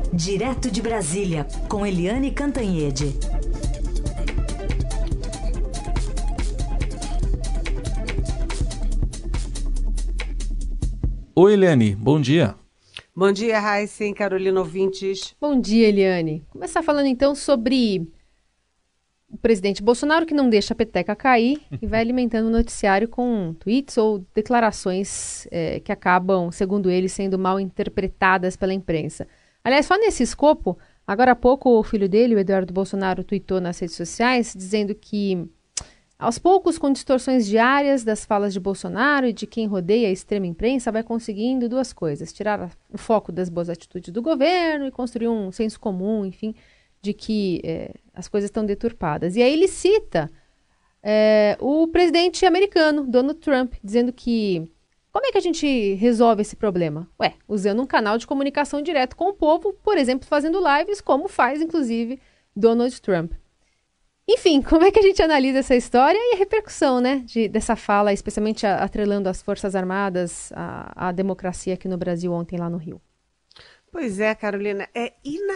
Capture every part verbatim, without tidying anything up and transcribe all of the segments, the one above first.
Direto de Brasília, com Eliane Cantanhede. Oi, Eliane, bom dia. Bom dia, Raíssa e Carolina ouvintes. Bom dia, Eliane. Começar falando então sobre o presidente Bolsonaro, que não deixa a peteca cair e vai alimentando o noticiário com tweets ou declarações é, que acabam, segundo ele, sendo mal interpretadas pela imprensa. Aliás, só nesse escopo, agora há pouco o filho dele, o Eduardo Bolsonaro, tweetou nas redes sociais dizendo que, aos poucos, com distorções diárias das falas de Bolsonaro e de quem rodeia a extrema imprensa, vai conseguindo duas coisas: tirar o foco das boas atitudes do governo e construir um senso comum, enfim, de que é, as coisas estão deturpadas. E aí ele cita é, o presidente americano, Donald Trump, dizendo que como é que a gente resolve esse problema? Ué, usando um canal de comunicação direto com o povo, por exemplo, fazendo lives, como faz, inclusive, Donald Trump. Enfim, como é que a gente analisa essa história e a repercussão, né, de, dessa fala, especialmente a, atrelando as Forças Armadas à, à democracia aqui no Brasil ontem lá no Rio? Pois é, Carolina, é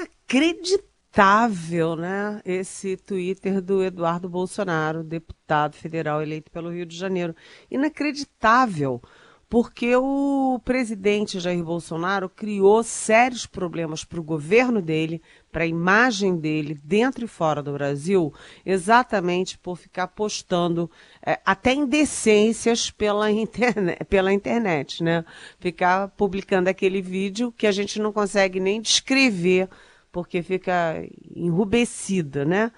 inacreditável, né, esse Twitter do Eduardo Bolsonaro, deputado federal eleito pelo Rio de Janeiro. Inacreditável, porque o presidente Jair Bolsonaro criou sérios problemas para o governo dele, para a imagem dele dentro e fora do Brasil, exatamente por ficar postando é, até indecências pela internet, pela internet, né? Ficar publicando aquele vídeo que a gente não consegue nem descrever, porque fica enrubescida, né?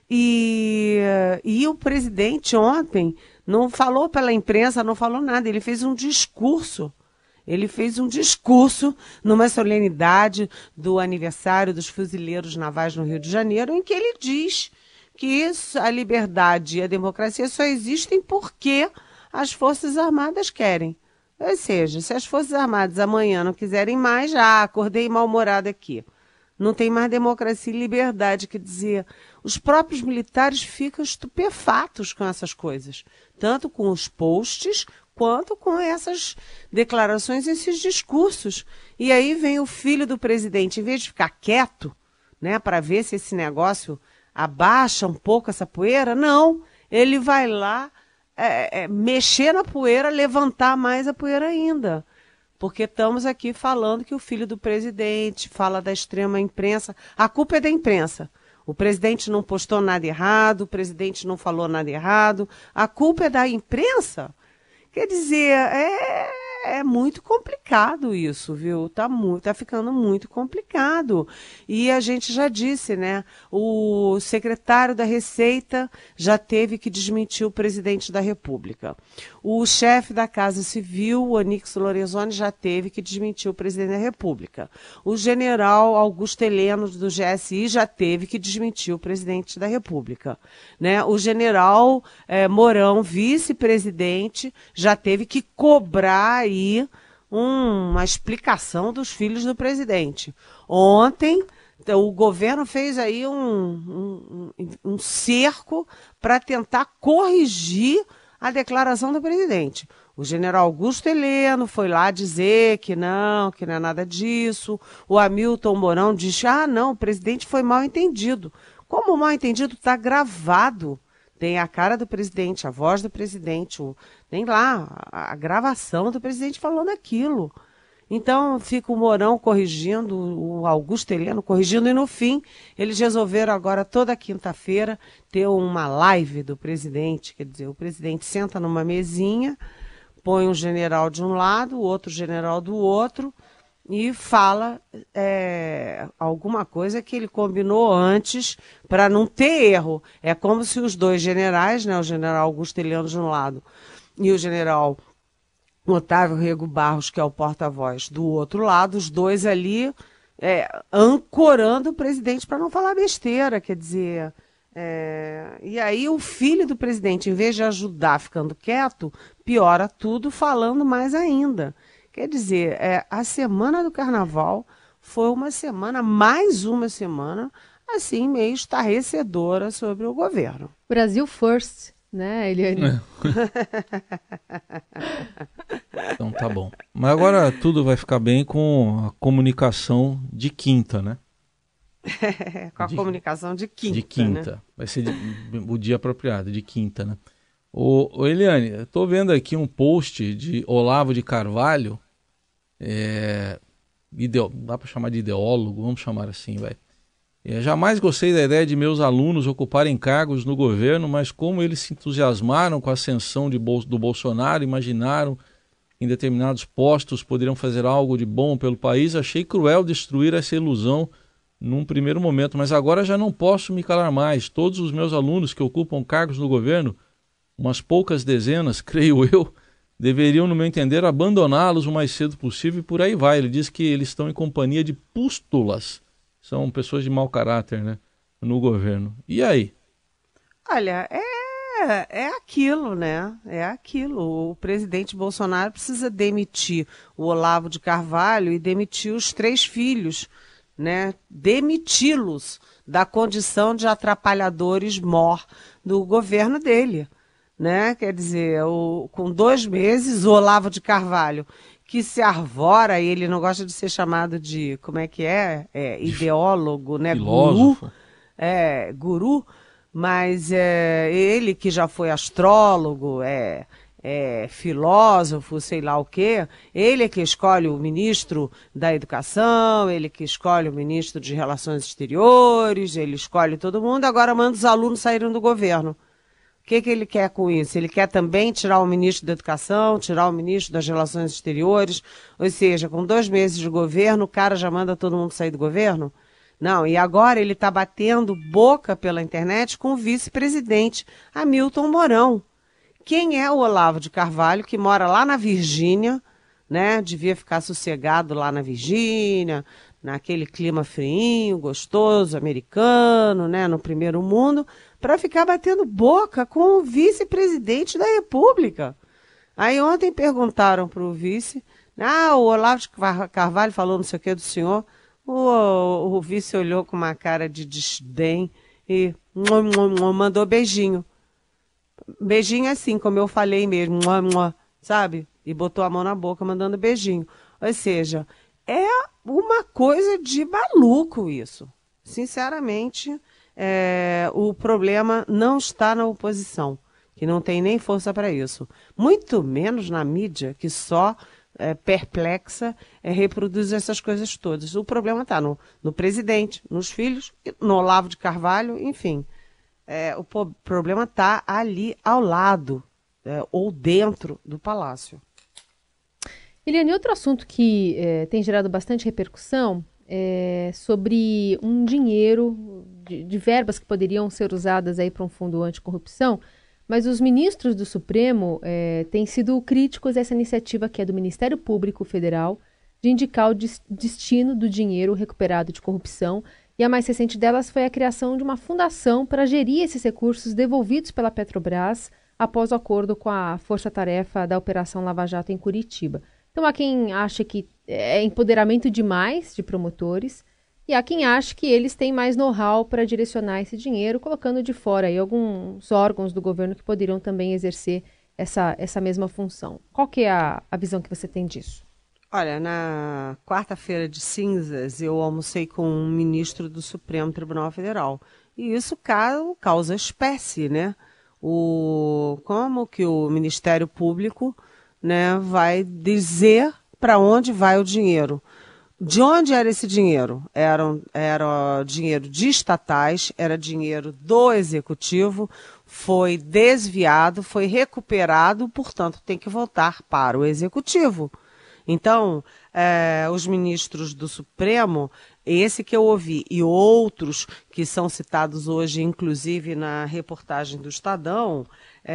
E, e o presidente ontem não falou pela imprensa, não falou nada, ele fez um discurso. Ele fez um discurso numa solenidade do aniversário dos fuzileiros navais no Rio de Janeiro, em que ele diz que a liberdade e a democracia só existem porque as Forças Armadas querem. Ou seja, se as Forças Armadas amanhã não quiserem mais, já acordei mal-humorada aqui. Não tem mais democracia e liberdade, quer dizer, os próprios militares ficam estupefatos com essas coisas, tanto com os posts quanto com essas declarações, esses discursos. E aí vem o filho do presidente, em vez de ficar quieto, né, para ver se esse negócio abaixa um pouco essa poeira, não, ele vai lá é, é, mexer na poeira, levantar mais a poeira ainda. Porque estamos aqui falando que o filho do presidente fala da extrema imprensa. A culpa é da imprensa. O presidente não postou nada errado, o presidente não falou nada errado. A culpa é da imprensa? Quer dizer, é, é muito complicado isso, viu? Tá, muito, tá ficando muito complicado. E a gente já disse, né? O secretário da Receita já teve que desmentir o presidente da República. O chefe da Casa Civil, o Onyx Lorenzoni, já teve que desmentir o presidente da República. O general Augusto Heleno, do G S I, já teve que desmentir o presidente da República. Né? O general eh, Mourão, vice-presidente, já teve que cobrar aí um, uma explicação dos filhos do presidente. Ontem, o governo fez aí um, um, um cerco para tentar corrigir a declaração do presidente. O general Augusto Heleno foi lá dizer que não, que não é nada disso. O Hamilton Mourão disse, ah, não, o presidente foi mal entendido. Como mal entendido? Está gravado. Tem a cara do presidente, a voz do presidente, o, tem lá a, a gravação do presidente falando aquilo. Então fica o Mourão corrigindo, o Augusto Heleno corrigindo, e no fim eles resolveram agora toda quinta-feira ter uma live do presidente, quer dizer, o presidente senta numa mesinha, põe um general de um lado, o outro general do outro, e fala é, alguma coisa que ele combinou antes para não ter erro. É como se os dois generais, né, o general Augusto Heleno de um lado e o general Otávio Rego Barros, que é o porta-voz, do outro lado, os dois ali é, ancorando o presidente para não falar besteira, quer dizer... É, e aí o filho do presidente, em vez de ajudar ficando quieto, piora tudo falando mais ainda. Quer dizer, é, a semana do carnaval foi uma semana, mais uma semana, assim, meio estarrecedora sobre o governo. Brasil first, né, Eliane? Então tá bom. Mas agora tudo vai ficar bem com a comunicação de quinta, né? Com a de, comunicação de quinta. De quinta. Né? Vai ser de, o dia apropriado, de quinta, né? Ô, ô Eliane, eu tô vendo aqui um post de Olavo de Carvalho, é, ideo, dá para chamar de ideólogo, vamos chamar assim, vai. É, jamais gostei da ideia de meus alunos ocuparem cargos no governo, mas como eles se entusiasmaram com a ascensão de Bol- do Bolsonaro, imaginaram em determinados postos poderiam fazer algo de bom pelo país, achei cruel destruir essa ilusão num primeiro momento, mas agora já não posso me calar mais. Todos os meus alunos que ocupam cargos no governo, umas poucas dezenas, creio eu, deveriam, no meu entender, abandoná-los o mais cedo possível e por aí vai. Ele diz que eles estão em companhia de pústulas, são pessoas de mau caráter, né, no governo. E aí? Olha, é, é aquilo, né? É aquilo. O presidente Bolsonaro precisa demitir o Olavo de Carvalho e demitir os três filhos, né? Demiti-los da condição de atrapalhadores mor do governo dele, né? Quer dizer, o, com dois meses, o Olavo de Carvalho, que se arvora, e ele não gosta de ser chamado de, como é que é? É ideólogo, né? Filósofo. Guru, é, guru, mas é, ele que já foi astrólogo, é, é filósofo, sei lá o quê, ele é que escolhe o ministro da Educação, ele que escolhe o ministro de Relações Exteriores, ele escolhe todo mundo, agora manda os alunos saírem do governo. O que, que ele quer com isso? Ele quer também tirar o ministro da Educação, tirar o ministro das Relações Exteriores, ou seja, com dois meses de governo, o cara já manda todo mundo sair do governo? Não, e agora ele está batendo boca pela internet com o vice-presidente Hamilton Mourão. Quem é o Olavo de Carvalho, que mora lá na Virgínia, né? Devia ficar sossegado lá na Virgínia, naquele clima friinho, gostoso, americano, né? No primeiro mundo, para ficar batendo boca com o vice-presidente da República. Aí ontem perguntaram para o vice, ah, o Olavo de Carvalho falou não sei o que do senhor. O, o vice olhou com uma cara de desdém e mandou beijinho. Beijinho assim, como eu falei mesmo, sabe? E botou a mão na boca mandando beijinho. Ou seja, é uma coisa de maluco isso. Sinceramente, é, o problema não está na oposição, que não tem nem força para isso. Muito menos na mídia, que só é, perplexa é, reproduz essas coisas todas. O problema está no, no presidente, nos filhos, no Olavo de Carvalho, enfim. É, o po- problema está ali ao lado, é, ou dentro do palácio. Eliane, outro assunto que eh, tem gerado bastante repercussão é sobre um dinheiro de, de verbas que poderiam ser usadas aí para um fundo anticorrupção, mas os ministros do Supremo eh, têm sido críticos a essa iniciativa que é do Ministério Público Federal de indicar o des- destino do dinheiro recuperado de corrupção, e a mais recente delas foi a criação de uma fundação para gerir esses recursos devolvidos pela Petrobras após o acordo com a força-tarefa da Operação Lava Jato em Curitiba. Então, há quem acha que é empoderamento demais de promotores e há quem acha que eles têm mais know-how para direcionar esse dinheiro, colocando de fora aí alguns órgãos do governo que poderiam também exercer essa, essa mesma função. Qual que é a, a visão que você tem disso? Olha, na quarta-feira de cinzas, eu almocei com um ministro do Supremo Tribunal Federal. E isso causa, causa espécie, né? O, como que o Ministério Público, né, vai dizer para onde vai o dinheiro. De onde era esse dinheiro? Era, era dinheiro de estatais, era dinheiro do executivo, foi desviado, foi recuperado, portanto tem que voltar para o executivo. Então, eh, os ministros do Supremo, esse que eu ouvi e outros que são citados hoje, inclusive na reportagem do Estadão,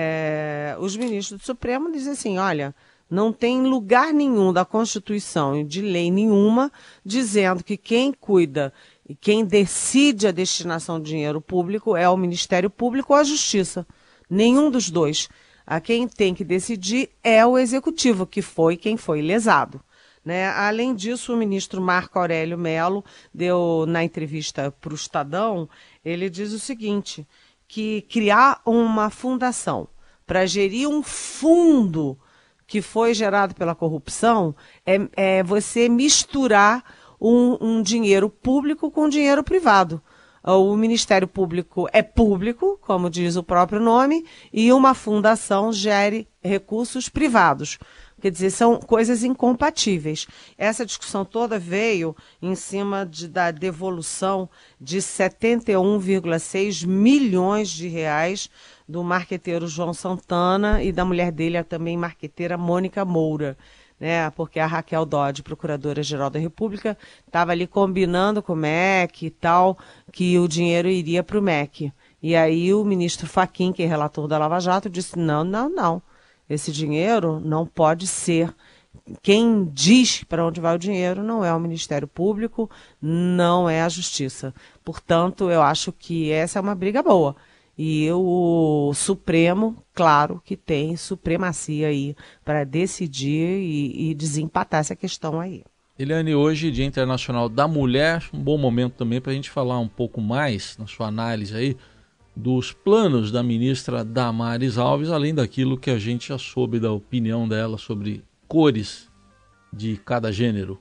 eh, os ministros do Supremo dizem assim, olha, não tem lugar nenhum da Constituição e de lei nenhuma dizendo que quem cuida e quem decide a destinação do dinheiro público é o Ministério Público ou a Justiça. Nenhum dos dois. A quem tem que decidir é o Executivo, que foi quem foi lesado. Né? Além disso, o ministro Marco Aurélio Mello deu, na entrevista para o Estadão, ele diz o seguinte, que criar uma fundação para gerir um fundo que foi gerado pela corrupção é, é você misturar um, um dinheiro público com dinheiro privado. O Ministério Público é público, como diz o próprio nome, e uma fundação gere recursos privados. Quer dizer, são coisas incompatíveis. Essa discussão toda veio em cima de, da devolução de setenta e um vírgula seis milhões de reais do marqueteiro João Santana e da mulher dele, a também marqueteira Mônica Moura. Né, porque a Raquel Dodge, Procuradora-Geral da República, estava ali combinando com o M E C e tal, que o dinheiro iria para o M E C. E aí o ministro Fachin, que é relator da Lava Jato, disse, não, não, não, esse dinheiro não pode ser. Quem diz para onde vai o dinheiro não é o Ministério Público, não é a Justiça. Portanto, eu acho que essa é uma briga boa. E o Supremo, claro que tem supremacia aí para decidir e, e desempatar essa questão aí. Eliane, hoje, Dia Internacional da Mulher, um bom momento também para a gente falar um pouco mais, na sua análise aí, dos planos da ministra Damares Alves, além daquilo que a gente já soube da opinião dela sobre cores de cada gênero.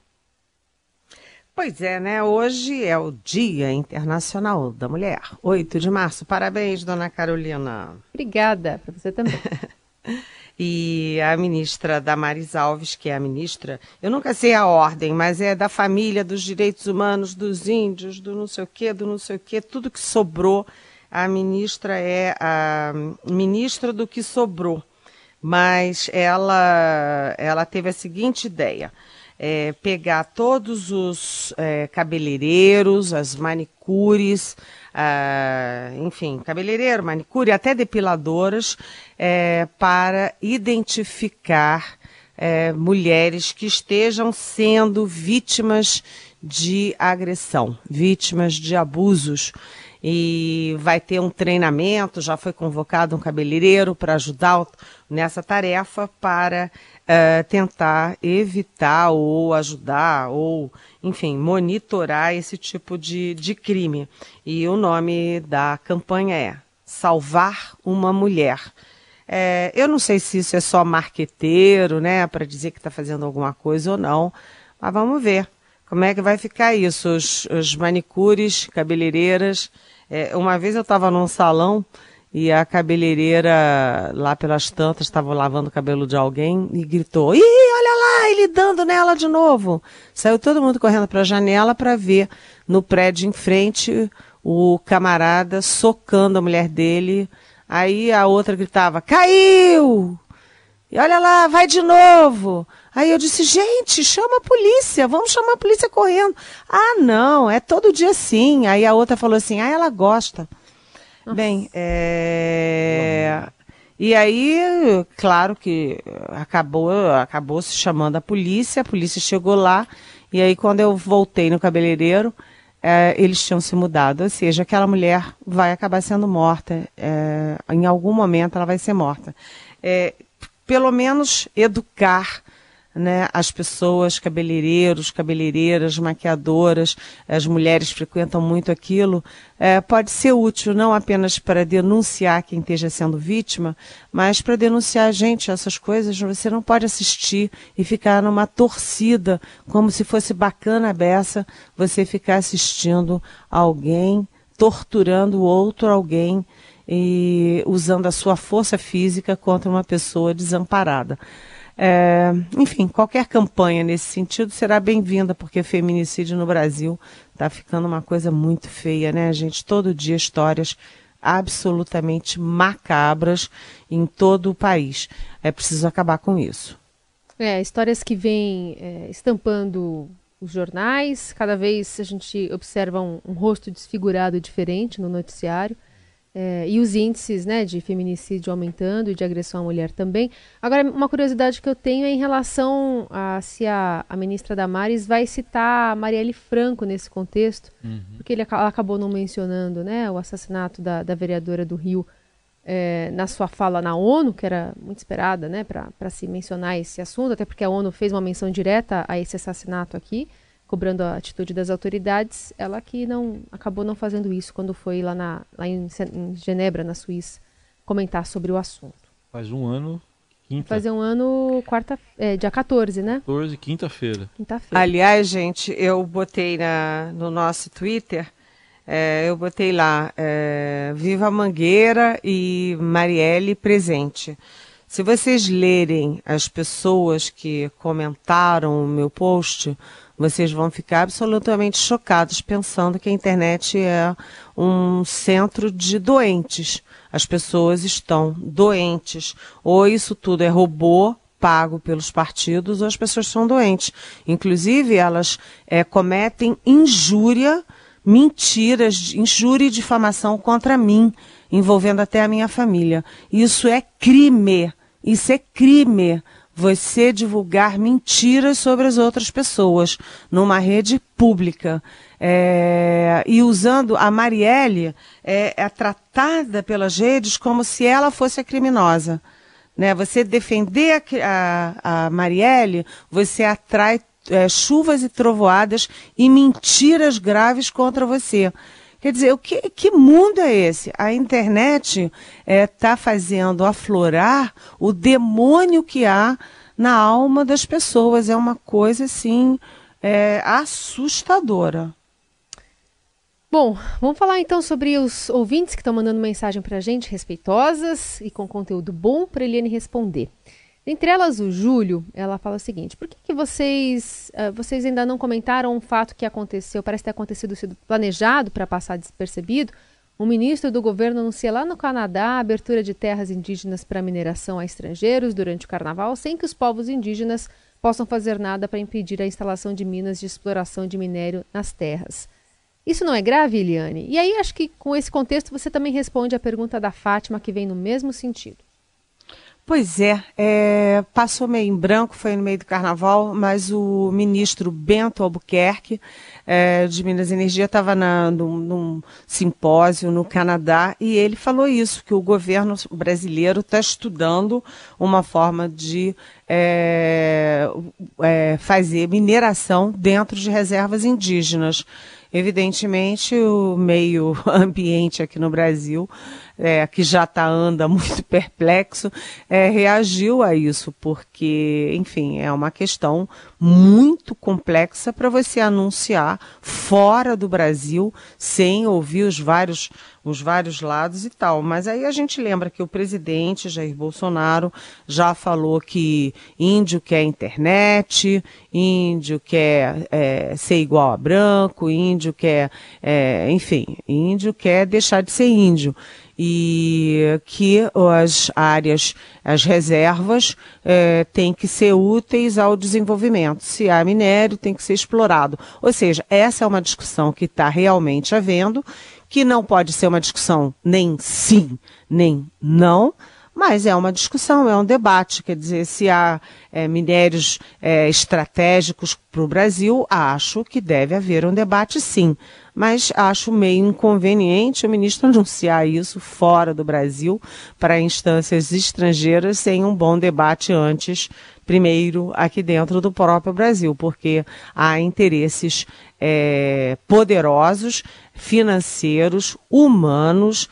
Pois é, né? Hoje é o Dia Internacional da Mulher, oito de março. Parabéns, dona Carolina. Obrigada, para você também. E a ministra Damares Alves, que é a ministra, eu nunca sei a ordem, mas é da família, dos direitos humanos, dos índios, do não sei o quê, do não sei o quê, tudo que sobrou. A ministra é a ministra do que sobrou. Mas ela, ela teve a seguinte ideia. É, pegar todos os é, cabeleireiros, as manicures, ah, enfim, cabeleireiro, manicure, até depiladoras, é, para identificar é, mulheres que estejam sendo vítimas de agressão, vítimas de abusos. E vai ter um treinamento, já foi convocado um cabeleireiro para ajudar nessa tarefa para uh, tentar evitar ou ajudar ou, enfim, monitorar esse tipo de, de crime. E o nome da campanha é Salvar uma Mulher. É, eu não sei se isso é só marqueteiro, né, para dizer que está fazendo alguma coisa ou não, mas vamos ver como é que vai ficar isso, os, os manicures, cabeleireiras. É, uma vez eu estava num salão e a cabeleireira, lá pelas tantas, estava lavando o cabelo de alguém e gritou, ih, olha lá, ele dando nela de novo. Saiu todo mundo correndo para a janela para ver no prédio em frente o camarada socando a mulher dele. Aí a outra gritava, caiu! E olha lá, vai de novo. Aí eu disse, gente, chama a polícia, vamos chamar a polícia correndo. Ah, não, é todo dia assim. Aí a outra falou assim, ah, ela gosta. Nossa. Bem, é... e aí, claro que acabou, acabou se chamando a polícia, a polícia chegou lá, e aí quando eu voltei no cabeleireiro, é, eles tinham se mudado, ou seja, aquela mulher vai acabar sendo morta, é, em algum momento ela vai ser morta. É, pelo menos educar, né, as pessoas, cabeleireiros, cabeleireiras, maquiadoras, as mulheres frequentam muito aquilo, é, pode ser útil não apenas para denunciar quem esteja sendo vítima, mas para denunciar a gente, essas coisas. Você não pode assistir e ficar numa torcida, como se fosse bacana a beça, você ficar assistindo alguém torturando outro alguém e usando a sua força física contra uma pessoa desamparada. É, enfim, qualquer campanha nesse sentido será bem-vinda, porque feminicídio no Brasil está ficando uma coisa muito feia, né, gente? Todo dia histórias absolutamente macabras em todo o país. É preciso acabar com isso. É, histórias que vêm é, estampando os jornais, cada vez a gente observa um, um rosto desfigurado diferente no noticiário. É, e os índices, né, de feminicídio aumentando e de agressão à mulher também. Agora, uma curiosidade que eu tenho é em relação a se a, a ministra Damares vai citar a Marielle Franco nesse contexto, uhum. porque ele, ela acabou não mencionando, né, o assassinato da, da vereadora do Rio é, na sua fala na ONU, que era muito esperada, né, para se mencionar esse assunto, até porque a ONU fez uma menção direta a esse assassinato aqui, cobrando a atitude das autoridades. Ela que não acabou não fazendo isso quando foi lá, na, lá em, em Genebra, na Suíça, comentar sobre o assunto. Faz um ano Quinta. Fazer um ano quarta, é, dia quatorze, né? quatorze, quinta-feira. Quinta-feira. Aliás, gente, eu botei na, no nosso Twitter, é, eu botei lá, é, Viva Mangueira e Marielle presente. Se vocês lerem as pessoas que comentaram o meu post, vocês vão ficar absolutamente chocados pensando que a internet é um centro de doentes. As pessoas estão doentes. Ou isso tudo é robô pago pelos partidos, ou as pessoas são doentes. Inclusive, elas é, cometem injúria, mentiras, injúria e difamação contra mim, envolvendo até a minha família. Isso é crime. Isso é crime. Você divulgar mentiras sobre as outras pessoas numa rede pública. É, e usando a Marielle, é, é tratada pelas redes como se ela fosse a criminosa. Né? Você defender a, a, a Marielle, você atrai é, chuvas e trovoadas e mentiras graves contra você. Quer dizer, o que, que mundo é esse? A internet está é, fazendo aflorar o demônio que há na alma das pessoas. É uma coisa, assim, é, assustadora. Bom, vamos falar então sobre os ouvintes que estão mandando mensagem para a gente, respeitosas e com conteúdo bom para a Eliane responder. Entre elas, o Júlio, ela fala o seguinte: por que, que vocês, uh, vocês ainda não comentaram um fato que aconteceu, parece ter acontecido, sido planejado para passar despercebido? O ministro do governo anuncia lá no Canadá a abertura de terras indígenas para mineração a estrangeiros durante o carnaval, sem que os povos indígenas possam fazer nada para impedir a instalação de minas de exploração de minério nas terras. Isso não é grave, Eliane? E aí acho que com esse contexto você também responde a pergunta da Fátima, que vem no mesmo sentido. Pois é, é, passou meio em branco, foi no meio do carnaval, mas o ministro Bento Albuquerque, é, de Minas e Energia, estava num, num simpósio no Canadá e ele falou isso, que o governo brasileiro está estudando uma forma de é, é, fazer mineração dentro de reservas indígenas. Evidentemente, o meio ambiente aqui no Brasil, é, que já tá, anda muito perplexo, é, reagiu a isso, porque, enfim, é uma questão muito complexa para você anunciar fora do Brasil, sem ouvir os vários, os vários lados e tal. Mas aí a gente lembra que o presidente Jair Bolsonaro já falou que índio quer internet, índio quer é, ser igual a branco, índio quer, é, enfim, índio quer deixar de ser índio. E que as áreas, as reservas, é, têm que ser úteis ao desenvolvimento. Se há minério, tem que ser explorado. Ou seja, essa é uma discussão que está realmente havendo, que não pode ser uma discussão nem sim, nem não, mas é uma discussão, é um debate. Quer dizer, se há é, minérios é, estratégicos para o Brasil, acho que deve haver um debate sim. Mas acho meio inconveniente o ministro anunciar isso fora do Brasil para instâncias estrangeiras sem um bom debate antes, primeiro aqui dentro do próprio Brasil, porque há interesses é, poderosos, financeiros, humanos,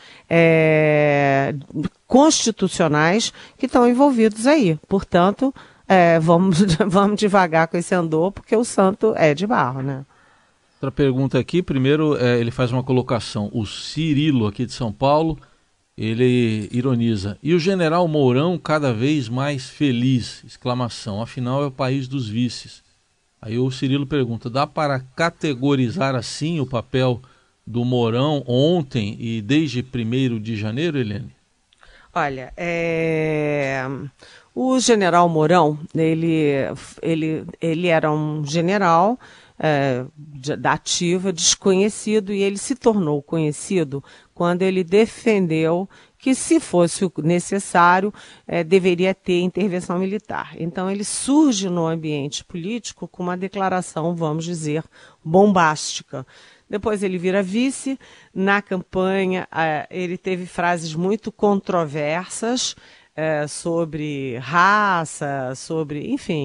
é, constitucionais que estão envolvidos aí. Portanto, é, vamos, vamos devagar com esse andor, porque o santo é de barro, né? Outra pergunta aqui, primeiro é, ele faz uma colocação, o Cirilo aqui de São Paulo, ele ironiza, e o general Mourão cada vez mais feliz, exclamação, afinal é o país dos vices. Aí o Cirilo pergunta, dá para categorizar assim o papel do Mourão ontem e desde primeiro de janeiro, Eliane? Olha, é... o general Mourão, ele, ele, ele era um general É, da ativa, desconhecido, e ele se tornou conhecido quando ele defendeu que, se fosse necessário, é, deveria ter intervenção militar. Então ele surge no ambiente político com uma declaração, vamos dizer, bombástica. Depois ele vira vice, na campanha é, ele teve frases muito controversas é, sobre raça, sobre, enfim...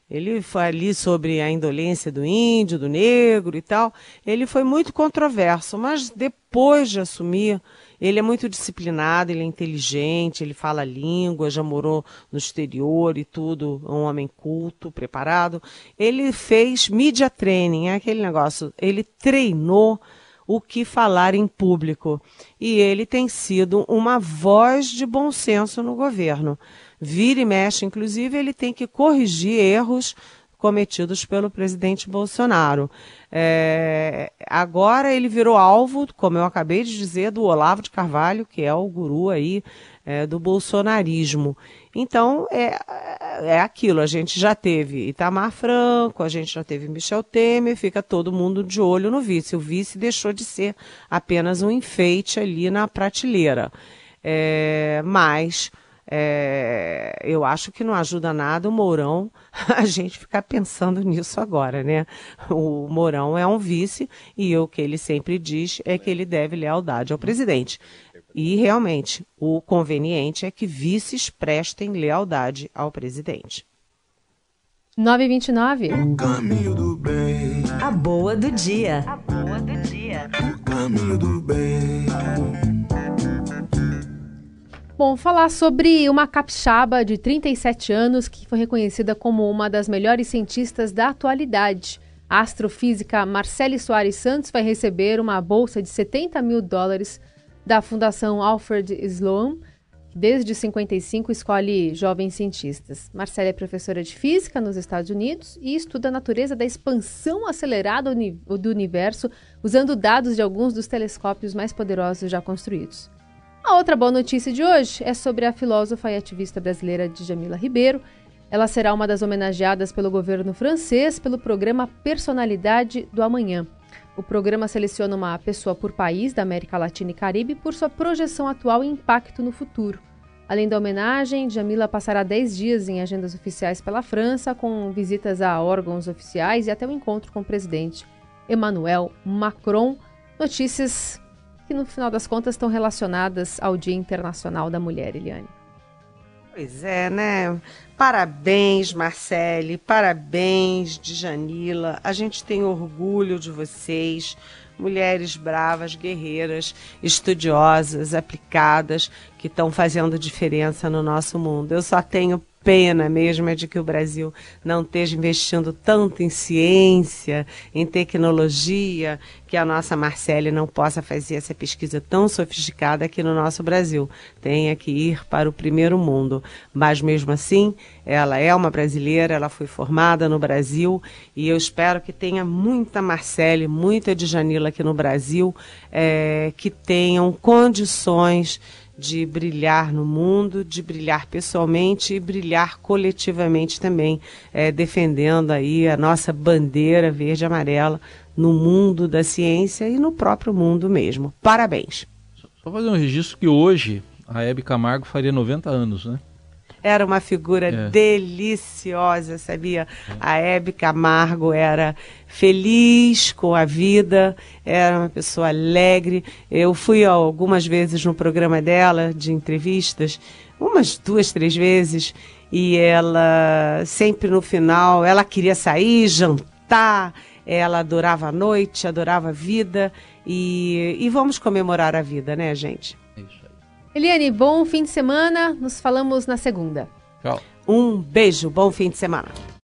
Ele foi ali sobre a indolência do índio, do negro e tal. Ele foi muito controverso, mas depois de assumir, ele é muito disciplinado, ele é inteligente, ele fala língua, já morou no exterior e tudo, é um homem culto, preparado. Ele fez media training, é aquele negócio, ele treinou o que falar em público. E ele tem sido uma voz de bom senso no governo. Vira e mexe, inclusive, ele tem que corrigir erros cometidos pelo presidente Bolsonaro. É, agora ele virou alvo, como eu acabei de dizer, do Olavo de Carvalho, que é o guru aí é, do bolsonarismo. Então, é, é aquilo, a gente já teve Itamar Franco, a gente já teve Michel Temer, fica todo mundo de olho no vice. O vice deixou de ser apenas um enfeite ali na prateleira. É, mas... É, eu acho que não ajuda nada o Mourão a gente ficar pensando nisso agora, né? O Mourão é um vice e o que ele sempre diz é que ele deve lealdade ao presidente. E realmente, o conveniente é que vices prestem lealdade ao presidente. nove e vinte e nove. O caminho do bem. A boa do dia. A boa do dia. O caminho do bem. Bom, falar sobre uma capixaba de trinta e sete anos que foi reconhecida como uma das melhores cientistas da atualidade. A astrofísica Marcele Soares Santos vai receber uma bolsa de setenta mil dólares da Fundação Alfred Sloan, que desde cinquenta e cinco escolhe jovens cientistas. Marcele é professora de física nos Estados Unidos e estuda a natureza da expansão acelerada do universo usando dados de alguns dos telescópios mais poderosos já construídos. A outra boa notícia de hoje é sobre a filósofa e ativista brasileira Djamila Ribeiro. Ela será uma das homenageadas pelo governo francês pelo programa Personalidade do Amanhã. O programa seleciona uma pessoa por país da América Latina e Caribe por sua projeção atual e impacto no futuro. Além da homenagem, Djamila passará dez dias em agendas oficiais pela França, com visitas a órgãos oficiais e até o encontro com o presidente Emmanuel Macron. Notícias que no final das contas estão relacionadas ao Dia Internacional da Mulher, Eliane. Pois é, né? Parabéns, Marcele, parabéns, Djamila. A gente tem orgulho de vocês, mulheres bravas, guerreiras, estudiosas, aplicadas, que estão fazendo diferença no nosso mundo. Eu só tenho pena mesmo é de que o Brasil não esteja investindo tanto em ciência, em tecnologia, que a nossa Marcele não possa fazer essa pesquisa tão sofisticada aqui no nosso Brasil. Tenha que ir para o primeiro mundo. Mas mesmo assim, ela é uma brasileira, ela foi formada no Brasil e eu espero que tenha muita Marcele, muita Djamila aqui no Brasil, é, que tenham condições de brilhar no mundo, de brilhar pessoalmente e brilhar coletivamente também, é, defendendo aí a nossa bandeira verde e amarela no mundo da ciência e no próprio mundo mesmo. Parabéns. Só fazer um registro que hoje a Hebe Camargo faria noventa anos, né? Era uma figura é. deliciosa, sabia? A Hebe Camargo era feliz com a vida, era uma pessoa alegre. Eu fui algumas vezes no programa dela, de entrevistas, umas duas, três vezes, e ela sempre no final, ela queria sair, jantar, ela adorava a noite, adorava a vida, e, e vamos comemorar a vida, né, gente? É isso aí. Eliane, bom fim de semana. Nos falamos na segunda. Tchau. Um beijo, bom fim de semana.